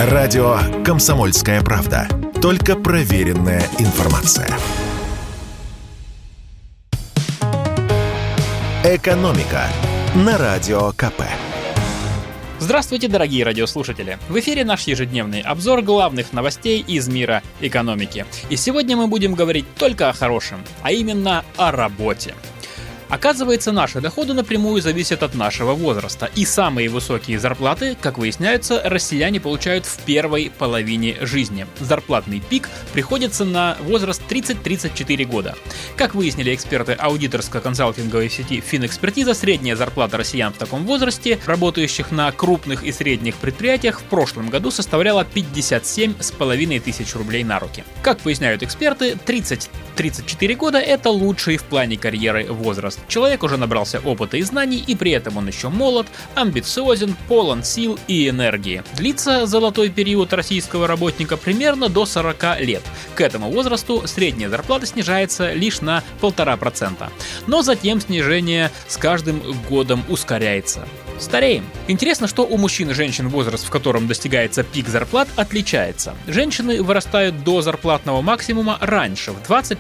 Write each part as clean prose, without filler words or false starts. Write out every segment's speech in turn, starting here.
Радио «Комсомольская правда». Только проверенная информация. «Экономика» на Радио КП. Здравствуйте, дорогие радиослушатели! В эфире наш ежедневный обзор главных новостей из мира экономики. И сегодня мы будем говорить только о хорошем, а именно о работе. Оказывается, наши доходы напрямую зависят от нашего возраста, и самые высокие зарплаты, как выясняется, россияне получают в первой половине жизни. Зарплатный пик приходится на возраст 30-34 года. Как выяснили эксперты аудиторско-консалтинговой сети Финэкспертиза, средняя зарплата россиян в таком возрасте, работающих на крупных и средних предприятиях, в прошлом году составляла 57,5 тысяч рублей на руки. Как поясняют эксперты, 30-34 года – это лучший в плане карьеры возраст. Человек уже набрался опыта и знаний, и при этом он еще молод, амбициозен, полон сил и энергии. Длится золотой период российского работника примерно до 40 лет. К этому возрасту средняя зарплата снижается лишь на 1,5%. Но затем снижение с каждым годом ускоряется. Стареем. Интересно, что у мужчин и женщин возраст, в котором достигается пик зарплат, отличается. Женщины вырастают до зарплатного максимума раньше, в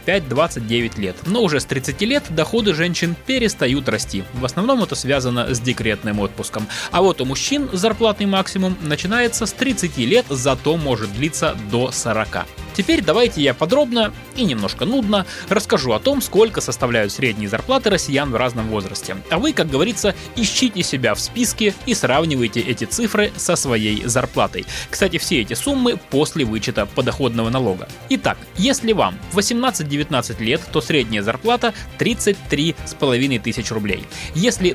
25-29 лет. Но уже с 30 лет доходы женщин перестают расти. В основном это связано с декретным отпуском. А вот у мужчин зарплатный максимум начинается с 30 лет, зато может длиться до 40. Теперь давайте я подробно и немножко нудно расскажу о том, сколько составляют средние зарплаты россиян в разном возрасте. А вы, как говорится, ищите себя в списке и сравнивайте эти цифры со своей зарплатой. Кстати, все эти суммы после вычета подоходного налога. Итак, если вам 18-19 лет, то средняя зарплата 33,5 тысяч рублей. Если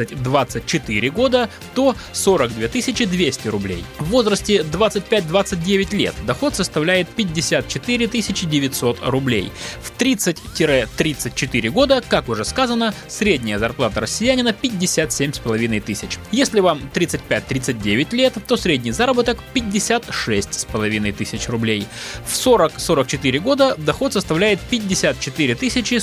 20-24 года, то 42 200 рублей. В возрасте 25-29 лет доход составляет 54 900 рублей. В 30-34 года, как уже сказано, средняя зарплата россиянина 57,5 тысяч. Если вам 35-39 лет, то средний заработок 56,5 тысяч рублей. В 40-44 года доход составляет 54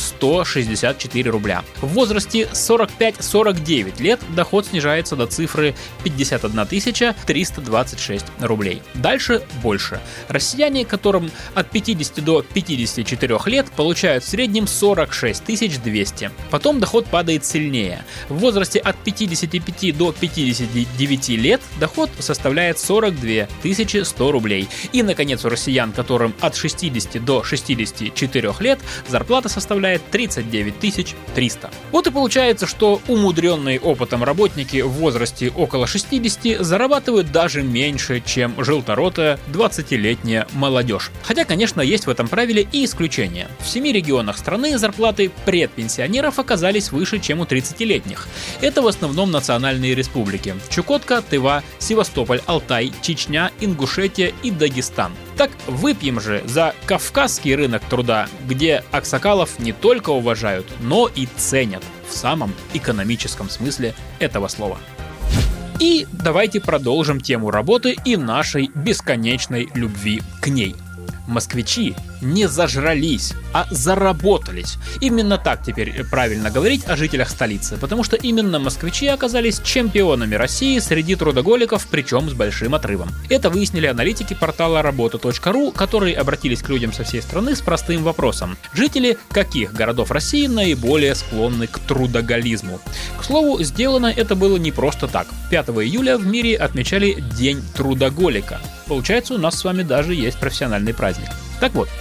164 рубля. В возрасте 45-49 лет доход снижается до цифры 51 326 рублей. Дальше больше. Россияне, которым от 50 до 54 лет, получают в среднем 46 200. Потом доход падает сильнее. В возрасте от 55 до 59 лет доход составляет 42 100 рублей. И, наконец, у россиян, которым от 60 до 64 лет, зарплата составляет 39 300. Вот и получается, что умудренные опытом работники в возрасте около 60 зарабатывают даже меньше, чем желторотая 20-летняя молодежь. Хотя, конечно, есть в этом правиле и исключения. В 7 регионах страны зарплаты предпенсионеров оказались выше, чем у 30-летних. Это в основном национальные республики: Чукотка, Тыва, Севастополь, Алтай, Чечня, Ингушетия и Дагестан. Так выпьем же за кавказский рынок труда, где аксакалов не только уважают, но и ценят в самом экономическом смысле этого слова. И давайте продолжим тему работы и нашей бесконечной любви к ней. Москвичи не зажрались, а заработались. Именно так теперь правильно говорить о жителях столицы, потому что именно москвичи оказались чемпионами России среди трудоголиков, причем с большим отрывом. Это выяснили аналитики портала работа.ру, которые обратились к людям со всей страны с простым вопросом: жители каких городов России наиболее склонны к трудоголизму? К слову, сделано это было не просто так. 5 июля в мире отмечали День трудоголика. Получается, у нас с вами даже есть профессиональный праздник. Так вот,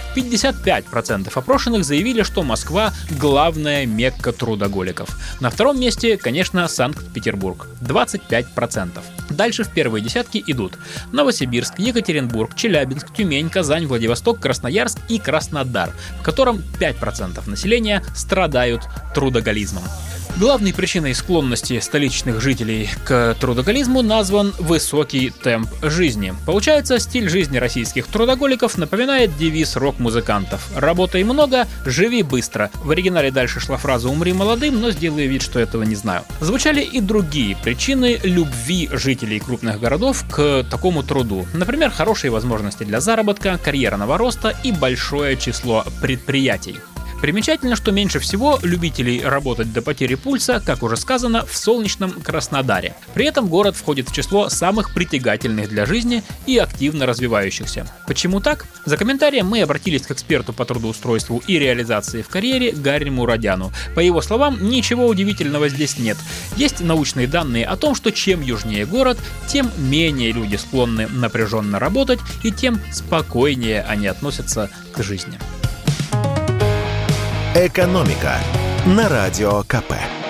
55% опрошенных заявили, что Москва – главная мекка трудоголиков. На втором месте, конечно, Санкт-Петербург – 25%. Дальше в первые десятки идут Новосибирск, Екатеринбург, Челябинск, Тюмень, Казань, Владивосток, Красноярск и Краснодар, в котором 5% населения страдают трудоголизмом. Главной причиной склонности столичных жителей к трудоголизму назван высокий темп жизни. Получается, стиль жизни российских трудоголиков напоминает девиз рок-музыкантов: «Работай много, живи быстро». В оригинале дальше шла фраза «умри молодым», но сделаю вид, что этого не знаю. Звучали и другие причины любви жителей крупных городов к такому труду. Например, хорошие возможности для заработка, карьерного роста и большое число предприятий. Примечательно, что меньше всего любителей работать до потери пульса, как уже сказано, в солнечном Краснодаре. При этом город входит в число самых притягательных для жизни и активно развивающихся. Почему так? За комментарием мы обратились к эксперту по трудоустройству и реализации в карьере Гарри Мурадяну. По его словам, ничего удивительного здесь нет. Есть научные данные о том, что чем южнее город, тем менее люди склонны напряженно работать и тем спокойнее они относятся к жизни. «Экономика» на Радио КП.